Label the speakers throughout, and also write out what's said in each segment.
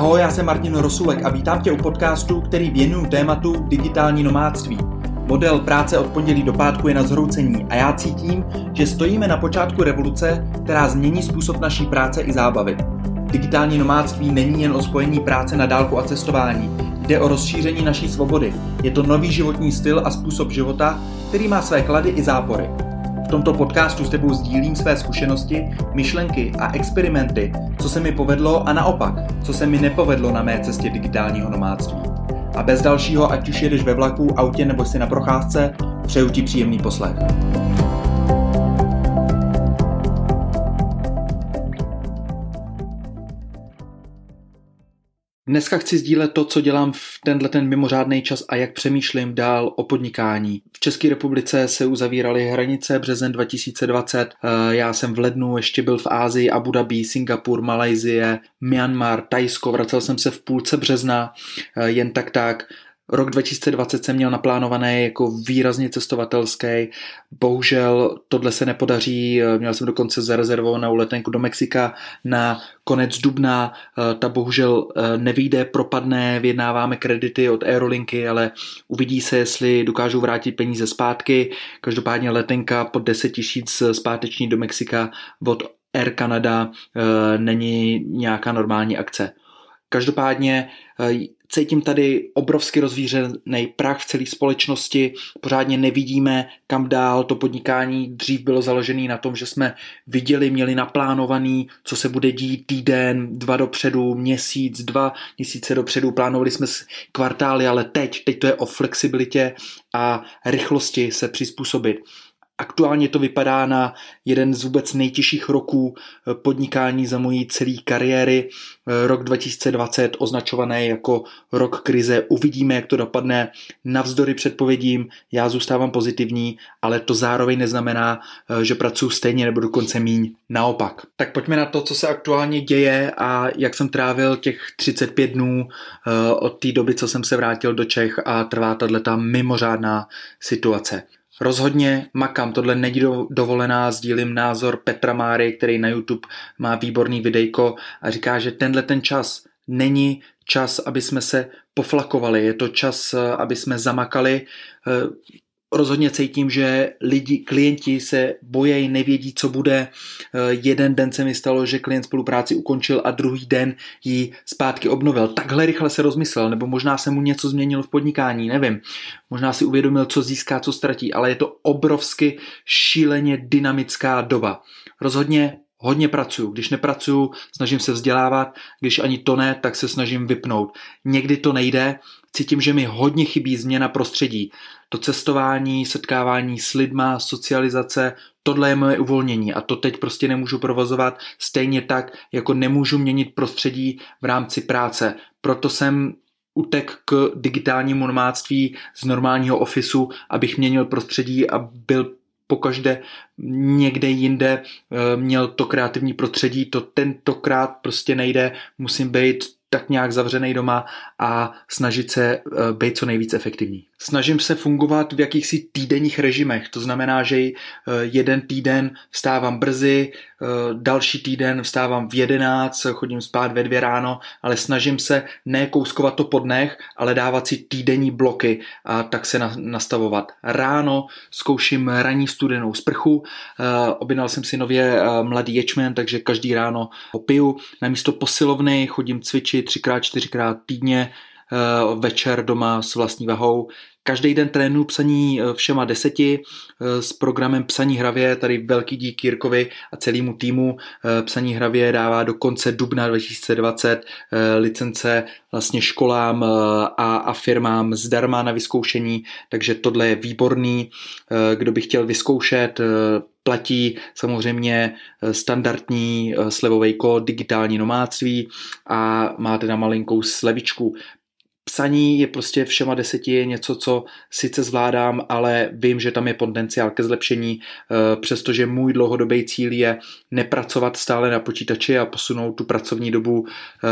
Speaker 1: Ahoj, já jsem Martin Rosulek a vítám tě u podcastu, který věnuju tématu digitální nomádství. Model práce od pondělí do pátku je na zhroucení a já cítím, že stojíme na počátku revoluce, která změní způsob naší práce i zábavy. Digitální nomádství není jen o spojení práce na dálku a cestování, jde o rozšíření naší svobody. Je to nový životní styl a způsob života, který má své klady i zápory. V tomto podcastu s tebou sdílím své zkušenosti, myšlenky a experimenty, co se mi povedlo a naopak, co se mi nepovedlo na mé cestě digitálního nomádství. A bez dalšího, ať už jedeš ve vlaku, autě nebo jsi na procházce, přeju ti příjemný poslech. Dneska chci sdílet to, co dělám v ten mimořádný čas a jak přemýšlím dál o podnikání. V České republice se uzavíraly hranice březen 2020. Já jsem v lednu ještě byl v Asii, Abu Dhabi, Singapur, Malajsie, Myanmar, Thajsko. Vracel jsem se v půlce března, jen tak. Rok 2020 jsem měl naplánovaný jako výrazně cestovatelský. Bohužel tohle se nepodaří. Měl jsem dokonce zarezervovanou letenku do Mexika na konec dubna. Ta bohužel nevyjde, propadne, vyjednáváme kredity od Aerolinky, ale uvidí se, jestli dokážou vrátit peníze zpátky. Každopádně letenka pod 10 000 zpáteční do Mexika od Air Canada není nějaká normální akce. Každopádně cítím tady obrovsky rozvířený prach v celé společnosti, pořádně nevidíme, kam dál. To podnikání dřív bylo založené na tom, že jsme viděli, měli naplánovaný, co se bude dít týden, 2 dopředu, měsíc, 2 měsíce dopředu, plánovali jsme kvartály, ale teď to je o flexibilitě a rychlosti se přizpůsobit. Aktuálně to vypadá na jeden z vůbec nejtěžších roků podnikání za mojí celé kariéry. Rok 2020 označovaný jako rok krize. Uvidíme, jak to dopadne. Navzdory předpovědím já zůstávám pozitivní, ale to zároveň neznamená, že pracuji stejně nebo dokonce míň. Naopak. Tak pojďme na to, co se aktuálně děje a jak jsem trávil těch 35 dnů od té doby, co jsem se vrátil do Čech a trvá tato mimořádná situace. Rozhodně makám, tohle není dovolená, sdílím názor Petra Máry, který na YouTube má výborný videjko a říká, že ten čas není čas, aby jsme se poflakovali, je to čas, aby jsme zamakali. Rozhodně cítím, že klienti se bojejí, nevědí, co bude. Jeden den se mi stalo, že klient spolupráci ukončil a druhý den ji zpátky obnovil. Takhle rychle se rozmyslel, nebo možná se mu něco změnilo v podnikání, nevím. Možná si uvědomil, co získá, co ztratí, ale je to obrovsky šíleně dynamická doba. Rozhodně hodně pracuju. Když nepracuju, snažím se vzdělávat, když ani to ne, tak se snažím vypnout. Někdy to nejde, cítím, že mi hodně chybí změna prostředí. To cestování, setkávání s lidma, socializace, tohle je moje uvolnění a to teď prostě nemůžu provozovat stejně tak, jako nemůžu měnit prostředí v rámci práce. Proto jsem utek k digitálnímu nomádství z normálního ofisu, abych měnil prostředí a byl pokaždé někde jinde, měl to kreativní prostředí, to tentokrát prostě nejde, musím být tak nějak zavřenej doma a snažit se být co nejvíc efektivní. Snažím se fungovat v jakýchsi týdenních režimech, to znamená, že jeden týden vstávám brzy, další týden vstávám v 11, chodím spát ve 2 ráno, ale snažím se ne kouskovat to po dnech, ale dávat si týdenní bloky a tak se nastavovat. Ráno zkouším ranní studenou sprchu, objednal jsem si nově mladý ječmen, takže každý ráno ho piju. Namísto posilovny chodím cvičit 3x-4x týdně, večer doma s vlastní vahou. Každý den trénuji psaní všema 10 s programem Psaní hravě, tady velký dík Jirkovi a celému týmu. Psaní hravě dává do konce dubna 2020 licence vlastně školám a firmám zdarma na vyzkoušení, takže tohle je výborný. Kdo by chtěl vyzkoušet, platí samozřejmě standardní slevový kód digitální nomádství a máte na malinkou slevičku. Psaní je prostě všema 10 něco, co sice zvládám, ale vím, že tam je potenciál ke zlepšení, přestože můj dlouhodobý cíl je nepracovat stále na počítači a posunout tu pracovní dobu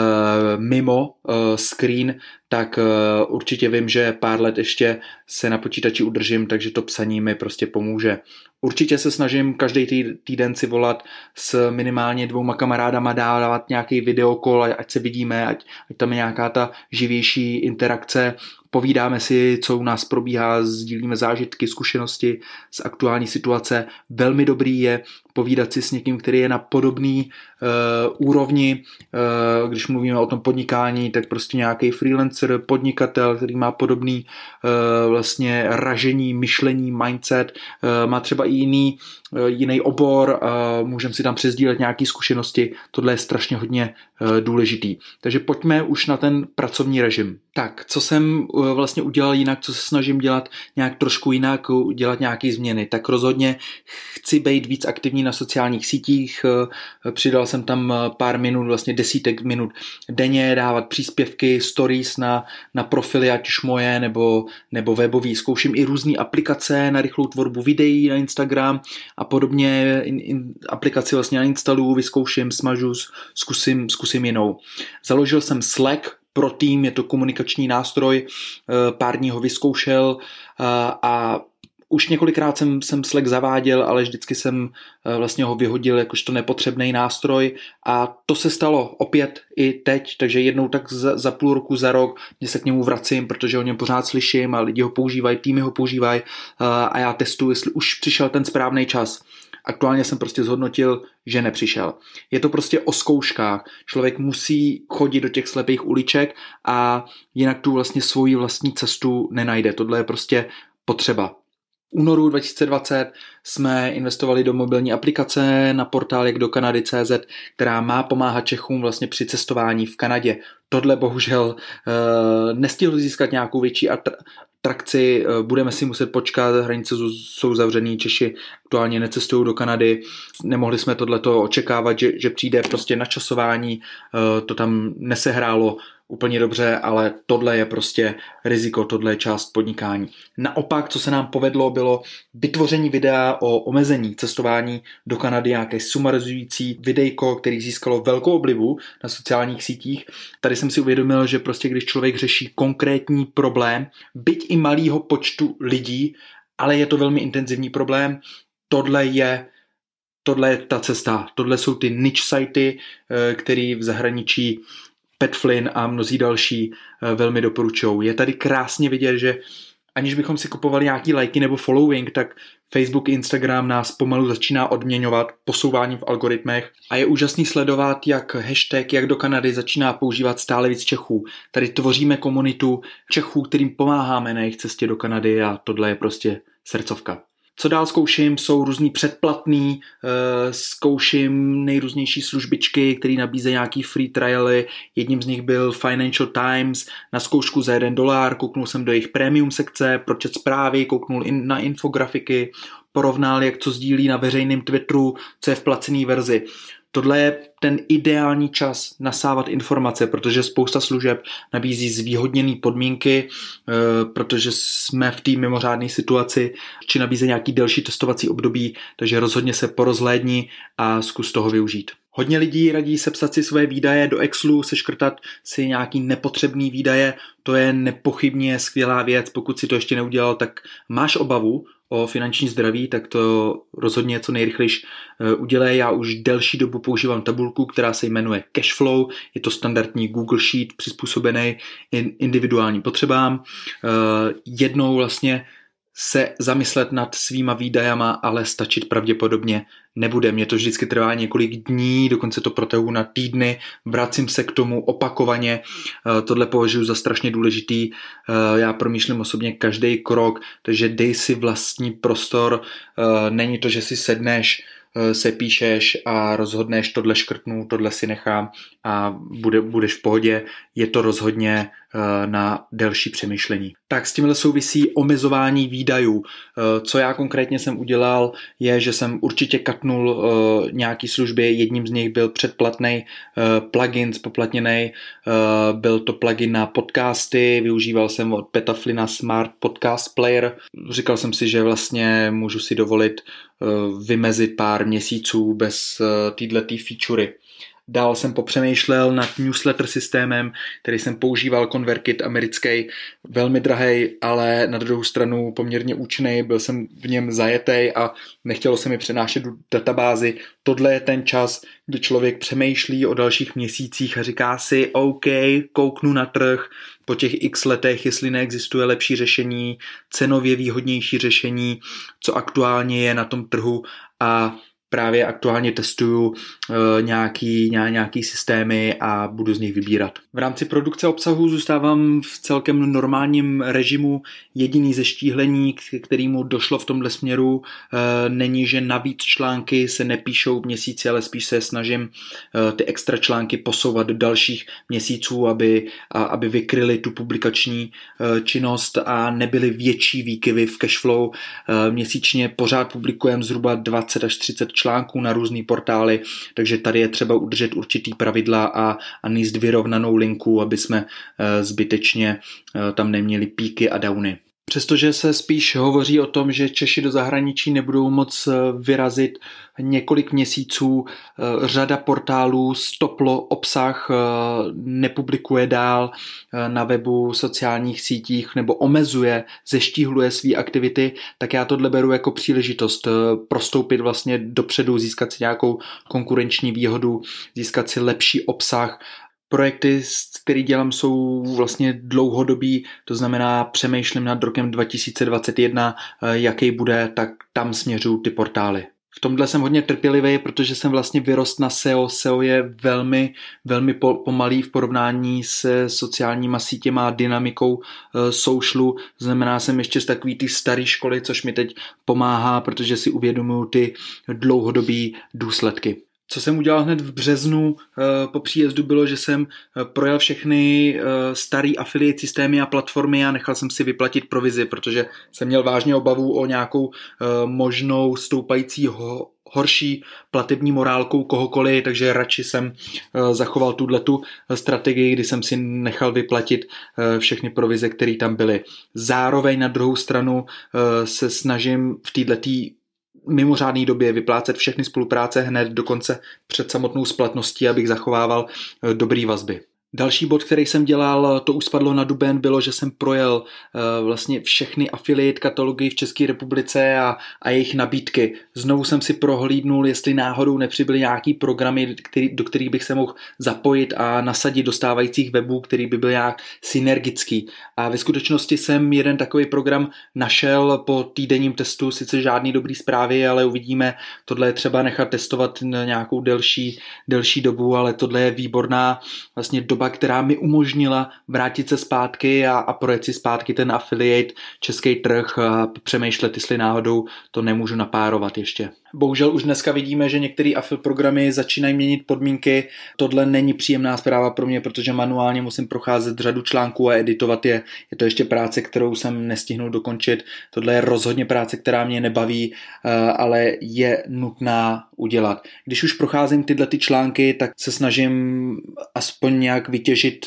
Speaker 1: mimo screen, tak určitě vím, že pár let ještě se na počítači udržím, takže to psaní mi prostě pomůže. Určitě se snažím každý týden si volat s minimálně 2 kamarádama, dávat nějaký videokol, ať se vidíme, ať tam je nějaká ta živější interakce, povídáme si, co u nás probíhá, sdílíme zážitky, zkušenosti z aktuální situace. Velmi dobrý je povídat si s někým, který je na podobný úrovni, když mluvíme o tom podnikání, tak prostě nějaký freelancer, podnikatel, který má podobný vlastně ražení, myšlení, mindset, má třeba i jiný obor, můžeme si tam přesdílet nějaké zkušenosti, tohle je strašně hodně důležitý. Takže pojďme už na ten pracovní režim. Tak, co jsem vlastně udělal jinak, co se snažím dělat nějak trošku jinak, dělat nějaké změny, tak rozhodně chci být víc aktivní na sociálních sítích, přidal jsem tam pár minut, vlastně desítek minut denně, dávat příspěvky, stories na profily, ať už moje nebo webový. Zkouším i různé aplikace na rychlou tvorbu videí na Instagram a podobně. Aplikaci vlastně nainstaluju, vyzkouším, smažu, zkusím jinou. Založil jsem Slack pro tým, je to komunikační nástroj, pár dní ho vyzkoušel a už několikrát jsem Slack zaváděl, ale vždycky jsem vlastně ho vyhodil jakožto nepotřebný nástroj a to se stalo opět i teď, takže jednou tak za půl roku, za rok, mě se k němu vracím, protože o něm pořád slyším a lidi ho používají, týmy ho používají a já testuji, jestli už přišel ten správný čas. Aktuálně jsem prostě zhodnotil, že nepřišel. Je to prostě o zkouškách. Člověk musí chodit do těch slepých uliček a jinak tu vlastně svoji vlastní cestu nenajde. Tohle je prostě potřeba. V únoru 2020 jsme investovali do mobilní aplikace na portál jak do Kanady.cz, která má pomáhat Čechům vlastně při cestování v Kanadě. Tohle bohužel nestihl získat nějakou větší atrakci, budeme si muset počkat, hranice jsou zavřený, Češi aktuálně necestují do Kanady, nemohli jsme tohleto očekávat, že přijde prostě načasování, to tam nesehrálo úplně dobře, ale tohle je prostě riziko, tohle je část podnikání. Naopak, co se nám povedlo, bylo vytvoření videa o omezení cestování do Kanady, nějaké sumarizující videjko, který získalo velkou oblibu na sociálních sítích. Tady jsem si uvědomil, že prostě když člověk řeší konkrétní problém, byť i malýho počtu lidí, ale je to velmi intenzivní problém, tohle je ta cesta. Tohle jsou ty niche sajty, které v zahraničí Pat Flynn a mnozí další velmi doporučují. Je tady krásně vidět, že aniž bychom si kupovali nějaký lajky nebo following, tak Facebook, Instagram nás pomalu začíná odměňovat posouváním v algoritmech a je úžasný sledovat, jak hashtag jak do Kanady začíná používat stále víc Čechů. Tady tvoříme komunitu Čechů, kterým pomáháme na jejich cestě do Kanady a tohle je prostě srdcovka. Co dál zkouším, jsou různý předplatný, zkouším nejrůznější službičky, které nabízejí nějaký free trialy. Jedním z nich byl Financial Times na zkoušku za $1, kouknul jsem do jejich premium sekce, pročet zprávy, kouknul na infografiky, porovnal, jak co sdílí na veřejném Twitteru, co je v placené verzi. Tohle je ten ideální čas nasávat informace, protože spousta služeb nabízí zvýhodněné podmínky, protože jsme v té mimořádné situaci, či nabízí nějaký delší testovací období, takže rozhodně se porozhlédni a zkus toho využít. Hodně lidí radí sepsat si svoje výdaje do Excelu, seškrtat si nějaký nepotřebný výdaje, to je nepochybně skvělá věc, pokud si to ještě neudělal, tak máš obavu o finanční zdraví, tak to rozhodně co nejrychlejší udělej. Já už delší dobu používám tabulku, která se jmenuje Cashflow, je to standardní Google Sheet přizpůsobený individuálním potřebám. Jednou vlastně se zamyslet nad svýma výdajama, ale stačit pravděpodobně nebude. Mně to vždycky trvá několik dní, dokonce to protahuji na týdny, vracím se k tomu opakovaně, tohle považuji za strašně důležitý, já promýšlím osobně každý krok, takže dej si vlastní prostor, není to, že si sedneš, sepíšeš a rozhodneš, tohle škrtnu, tohle si nechám a budeš v pohodě, je to rozhodně na delší přemýšlení. Tak s tímhle souvisí omezování výdajů. Co já konkrétně jsem udělal, je, že jsem určitě katnul nějaký služby. Jedním z nich byl předplatný plugin spoplatněný. Byl to plugin na podcasty, využíval jsem od Petaflina Smart Podcast Player. Říkal jsem si, že vlastně můžu si dovolit vymezit pár měsíců bez této featurey. Dál jsem popřemýšlel nad newsletter systémem, který jsem používal, ConvertKit americký, velmi drahej, ale na druhou stranu poměrně účinný, byl jsem v něm zajetej a nechtělo se mi přenášet do databázy. Tohle je ten čas, kdy člověk přemýšlí o dalších měsících a říká si, OK, kouknu na trh po těch x letech, jestli neexistuje lepší řešení, cenově výhodnější řešení, co aktuálně je na tom trhu a právě aktuálně testuju nějaký systémy a budu z nich vybírat. V rámci produkce obsahu zůstávám v celkem normálním režimu. Jediný zeštíhlení, k kterému došlo v tomhle směru, není, že navíc články se nepíšou v měsíci, ale spíš se snažím ty extra články posouvat do dalších měsíců, aby vykryly tu publikační činnost a nebyly větší výkyvy v cashflow. Měsíčně pořád publikujeme zhruba 20 až 30 článků na různý portály, takže tady je třeba udržet určitý pravidla a níst vyrovnanou linku, aby jsme zbytečně tam neměli píky a downy. Přestože se spíš hovoří o tom, že Češi do zahraničí nebudou moc vyrazit několik měsíců, řada portálů stoplo obsah, nepublikuje dál na webu, sociálních sítích nebo omezuje, zeštíhluje své aktivity, tak já tohle beru jako příležitost prostoupit vlastně dopředu, získat si nějakou konkurenční výhodu, získat si lepší obsah. Projekty, které dělám, jsou vlastně dlouhodobý, to znamená přemýšlím nad rokem 2021, jaký bude, tak tam směřují ty portály. V tomhle jsem hodně trpělivý, protože jsem vlastně vyrost na SEO. SEO je velmi, velmi pomalý v porovnání se sociálníma sítěma a dynamikou socialu. Znamená, jsem ještě z takový ty staré školy, což mi teď pomáhá, protože si uvědomuju ty dlouhodobé důsledky. Co jsem udělal hned v březnu po příjezdu bylo, že jsem projel všechny starý affiliate systémy a platformy a nechal jsem si vyplatit provizi, protože jsem měl vážně obavu o nějakou možnou stoupající horší platební morálkou kohokoliv, takže radši jsem zachoval tuhletu strategii, kdy jsem si nechal vyplatit všechny provize, které tam byly. Zároveň na druhou stranu se snažím v této mimořádné době vyplácet všechny spolupráce hned dokonce před samotnou splatností, abych zachovával dobrý vazby. Další bod, který jsem dělal, to už spadlo na duben, bylo, že jsem projel vlastně všechny affiliate katalogy v České republice a jejich nabídky. Znovu jsem si prohlídnul, jestli náhodou nepřibyly nějaký programy, do kterých bych se mohl zapojit a nasadit do stávajících webů, který by byl nějak synergický. A ve skutečnosti jsem jeden takový program našel po týdenním testu, sice žádný dobrý zprávy, ale uvidíme, tohle je třeba nechat testovat na nějakou delší dobu, ale tohle je výborná vlastně doba, která mi umožnila vrátit se zpátky a projet si zpátky ten affiliate, český trh a přemýšlet, jestli náhodou to nemůžu napárovat ještě. Bohužel už dneska vidíme, že některé affiliate programy začínají měnit podmínky. Tohle není příjemná zpráva pro mě, protože manuálně musím procházet řadu článků a editovat je. Je to ještě práce, kterou jsem nestihnul dokončit. Tohle je rozhodně práce, která mě nebaví, ale je nutná udělat. Když už procházím tyhle ty články, tak se snažím aspoň nějak vytěžit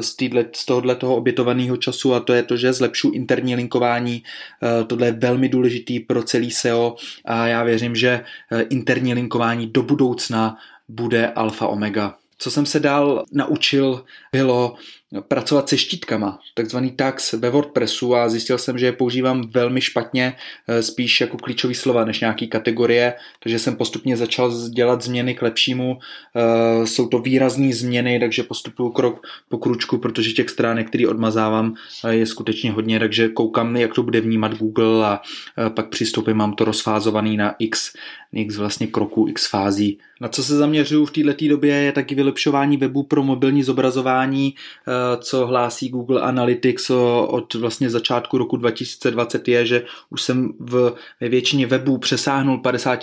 Speaker 1: z tohoto obětovaného času a to je to, že zlepšu interní linkování. Tohle je velmi důležitý pro celý SEO a já věřím, že interní linkování do budoucna bude alfa omega. Co jsem se dál naučil, bylo pracovat se štítkama, takzvaný tags ve WordPressu a zjistil jsem, že je používám velmi špatně, spíš jako klíčový slova než nějaký kategorie, takže jsem postupně začal dělat změny k lepšímu. Jsou to výrazné změny, takže postupuju krok po kručku, protože těch stránek, který odmazávám, je skutečně hodně, takže koukám, jak to bude vnímat Google a pak přistoupím, mám to rozfázovaný na x vlastně kroků, x fází. Na co se zaměřuju v této době je taky vylepšování webu pro mobilní zobrazování, co hlásí Google Analytics od vlastně začátku roku 2020 je, že už jsem ve většině webů přesáhnul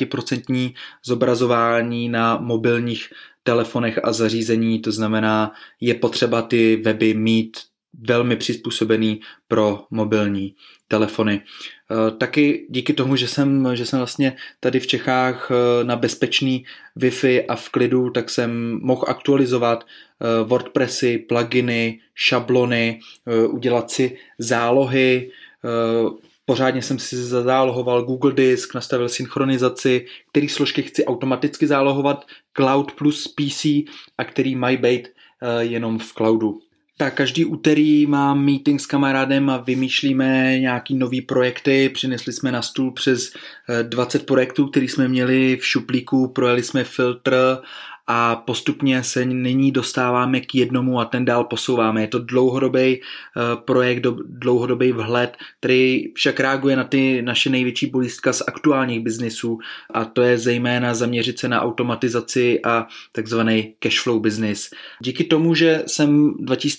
Speaker 1: 50% zobrazování na mobilních telefonech a zařízení, to znamená, je potřeba ty weby mít velmi přizpůsobený pro mobilní telefony. Taky díky tomu, že jsem vlastně tady v Čechách na bezpečný Wi-Fi a v klidu, tak jsem mohl aktualizovat WordPressy, pluginy, šablony, udělat si zálohy. Pořádně jsem si zazálohoval Google Disk, nastavil synchronizaci, který složky chci automaticky zálohovat Cloud plus PC a který mají být jenom v cloudu. Tak každý úterý mám meeting s kamarádem a vymýšlíme nějaký nový projekty. Přinesli jsme na stůl přes 20 projektů, který jsme měli v šuplíku, projeli jsme filtr a postupně se nyní dostáváme k jednomu a ten dál posouváme. Je to dlouhodobý projekt, dlouhodobý vhled, který však reaguje na ty naše největší bolístka z aktuálních biznisů a to je zejména zaměřit se na automatizaci a takzvaný cashflow business. Díky tomu, že jsem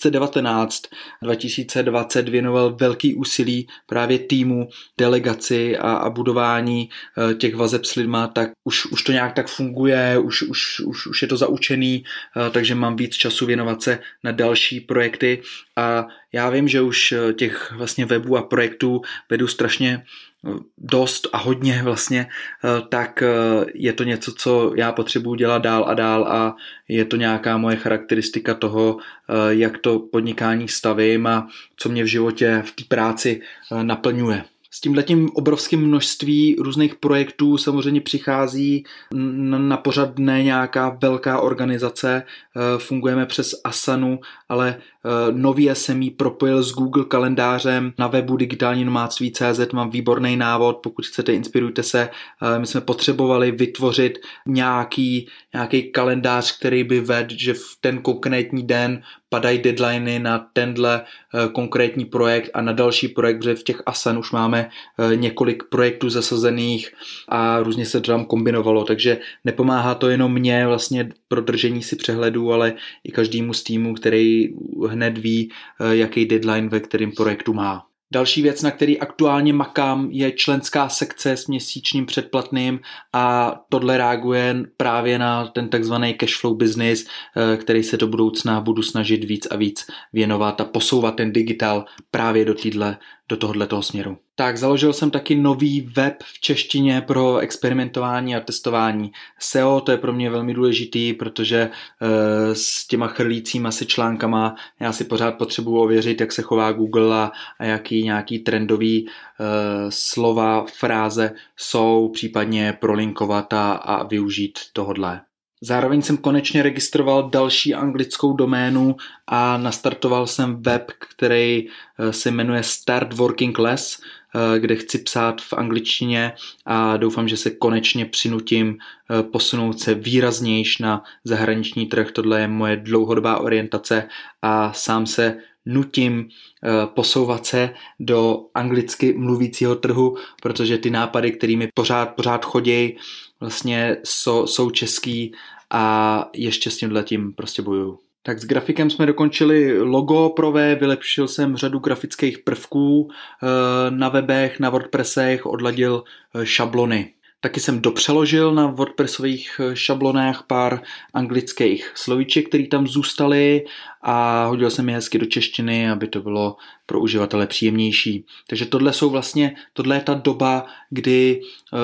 Speaker 1: 2019-2020 věnoval velký úsilí právě týmu, delegaci a budování těch vazeb s lidma, tak už to nějak tak funguje, už je to zaučený, takže mám víc času věnovat se na další projekty a já vím, že už těch vlastně webů a projektů vedu strašně dost a hodně vlastně, tak je to něco, co já potřebuji dělat dál a dál a je to nějaká moje charakteristika toho, jak to podnikání stavím a co mě v životě v té práci naplňuje. S tímhletím obrovským množství různých projektů samozřejmě přichází na pořad dne nějaká velká organizace, fungujeme přes Asanu, ale nově jsem ji propojil s Google kalendářem na webu digitálninomádství.cz, mám výborný návod, pokud chcete, inspirujte se. My jsme potřebovali vytvořit nějaký kalendář, který by vedl, že v ten konkrétní den padají deadliny na tenhle konkrétní projekt a na další projekt, protože v těch Asan už máme několik projektů zasazených a různě se to tam kombinovalo, takže nepomáhá to jenom mně vlastně pro držení si přehledu, ale i každému z týmu, který hned ví, jaký deadline ve kterém projektu má. Další věc, na který aktuálně makám, je členská sekce s měsíčním předplatným a tohle reaguje právě na ten takzvaný cashflow business, který se do budoucna budu snažit víc a víc věnovat a posouvat ten digitál právě do tohoto směru. Tak založil jsem taky nový web v češtině pro experimentování a testování SEO, to je pro mě velmi důležitý, protože s těma chrlícíma se článkama já si pořád potřebuji ověřit, jak se chová Google a jaký nějaký trendový slova, fráze jsou, případně prolinkovat a využít tohodle. Zároveň jsem konečně registroval další anglickou doménu a nastartoval jsem web, který se jmenuje Start Working Less, kde chci psát v angličtině a doufám, že se konečně přinutím posunout se výraznějš na zahraniční trh. Tohle je moje dlouhodobá orientace a sám se nutím posouvat se do anglicky mluvícího trhu, protože ty nápady, které mi pořád chodí, vlastně jsou český a ještě s tímhletím prostě bojuju. Tak s grafikem jsme dokončili logo pro web, vylepšil jsem řadu grafických prvků na webech, na WordPressech, odladil šablony. Taky jsem dopřeložil na WordPressových šablonách pár anglických slovíček, které tam zůstaly a hodil jsem je hezky do češtiny, aby to bylo pro uživatele příjemnější. Takže tohle je ta doba, kdy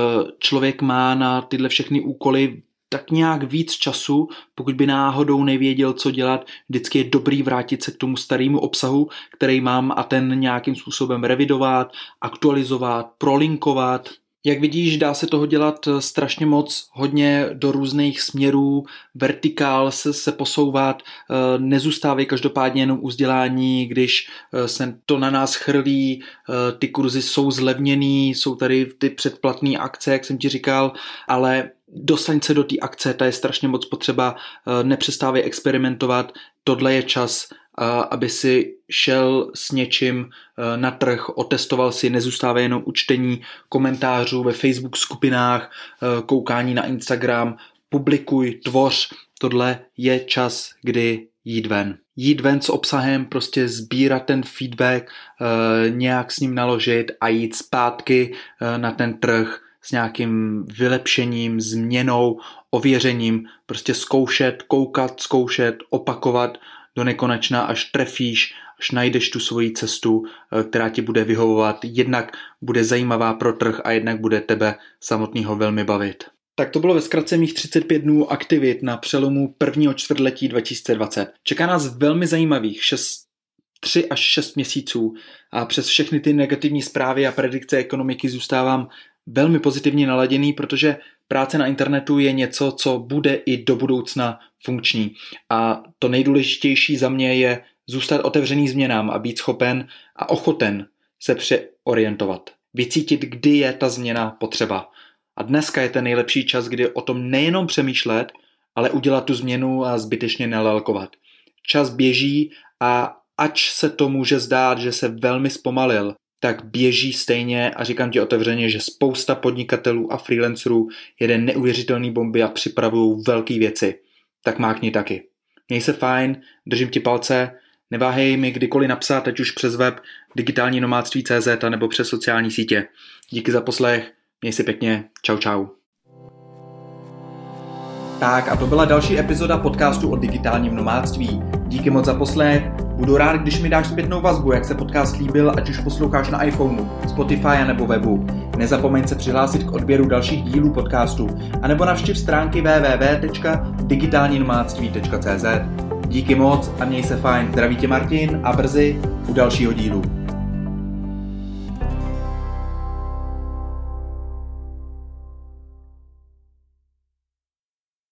Speaker 1: člověk má na tyhle všechny úkoly tak nějak víc času, pokud by náhodou nevěděl, co dělat, vždycky je dobrý vrátit se k tomu starému obsahu, který mám a ten nějakým způsobem revidovat, aktualizovat, prolinkovat. Jak vidíš, dá se toho dělat strašně moc, hodně do různých směrů, vertikál se posouvat, nezůstávají každopádně jenom u vzdělání, když se to na nás chrlí, ty kurzy jsou zlevněný, jsou tady ty předplatné akce, jak jsem ti říkal, ale dostaň se do té akce, ta je strašně moc potřeba, nepřestávej experimentovat, tohle je čas, aby si šel s něčím na trh, otestoval si, nezůstávej jenom u čtení komentářů ve Facebook skupinách, koukání na Instagram, publikuj, tvoř, tohle je čas, kdy jít ven. Jít ven s obsahem, prostě sbírat ten feedback, nějak s ním naložit a jít zpátky na ten trh s nějakým vylepšením, změnou, ověřením, prostě zkoušet, koukat, zkoušet, opakovat do nekonečna, až trefíš, až najdeš tu svoji cestu, která ti bude vyhovovat, jednak bude zajímavá pro trh a jednak bude tebe samotného velmi bavit. Tak to bylo ve zkratce mých 35 dnů aktivit na přelomu prvního čtvrtletí 2020. Čeká nás velmi zajímavých 3 až 6 měsíců a přes všechny ty negativní zprávy a predikce ekonomiky zůstávám velmi pozitivně naladěný, protože práce na internetu je něco, co bude i do budoucna funkční. A to nejdůležitější za mě je zůstat otevřený změnám a být schopen a ochoten se přeorientovat. Vycítit, kdy je ta změna potřeba. A dneska je ten nejlepší čas, kdy o tom nejenom přemýšlet, ale udělat tu změnu a zbytečně nelelkovat. Čas běží a ač se to může zdát, že se velmi zpomalil, tak běží stejně a říkám ti otevřeně, že spousta podnikatelů a freelancerů jede neuvěřitelný bomby a připravují velké věci. Tak mákni taky. Měj se fajn, držím ti palce, neváhej mi kdykoliv napsat, ať už přes web digitálninomádství.cz nebo přes sociální sítě. Díky za poslech, měj si pěkně, čau. Tak a to byla další epizoda podcastu o digitálním nomádství. Díky moc za poslech. Budu rád, když mi dáš zpětnou vazbu, jak se podcast líbil, ať už posloucháš na iPhoneu, Spotify nebo webu. Nezapomeň se přihlásit k odběru dalších dílů podcastu, anebo navštiv stránky www.digitálninomádství.cz. Díky moc a měj se fajn. Zdraví tě Martin a brzy u dalšího dílu.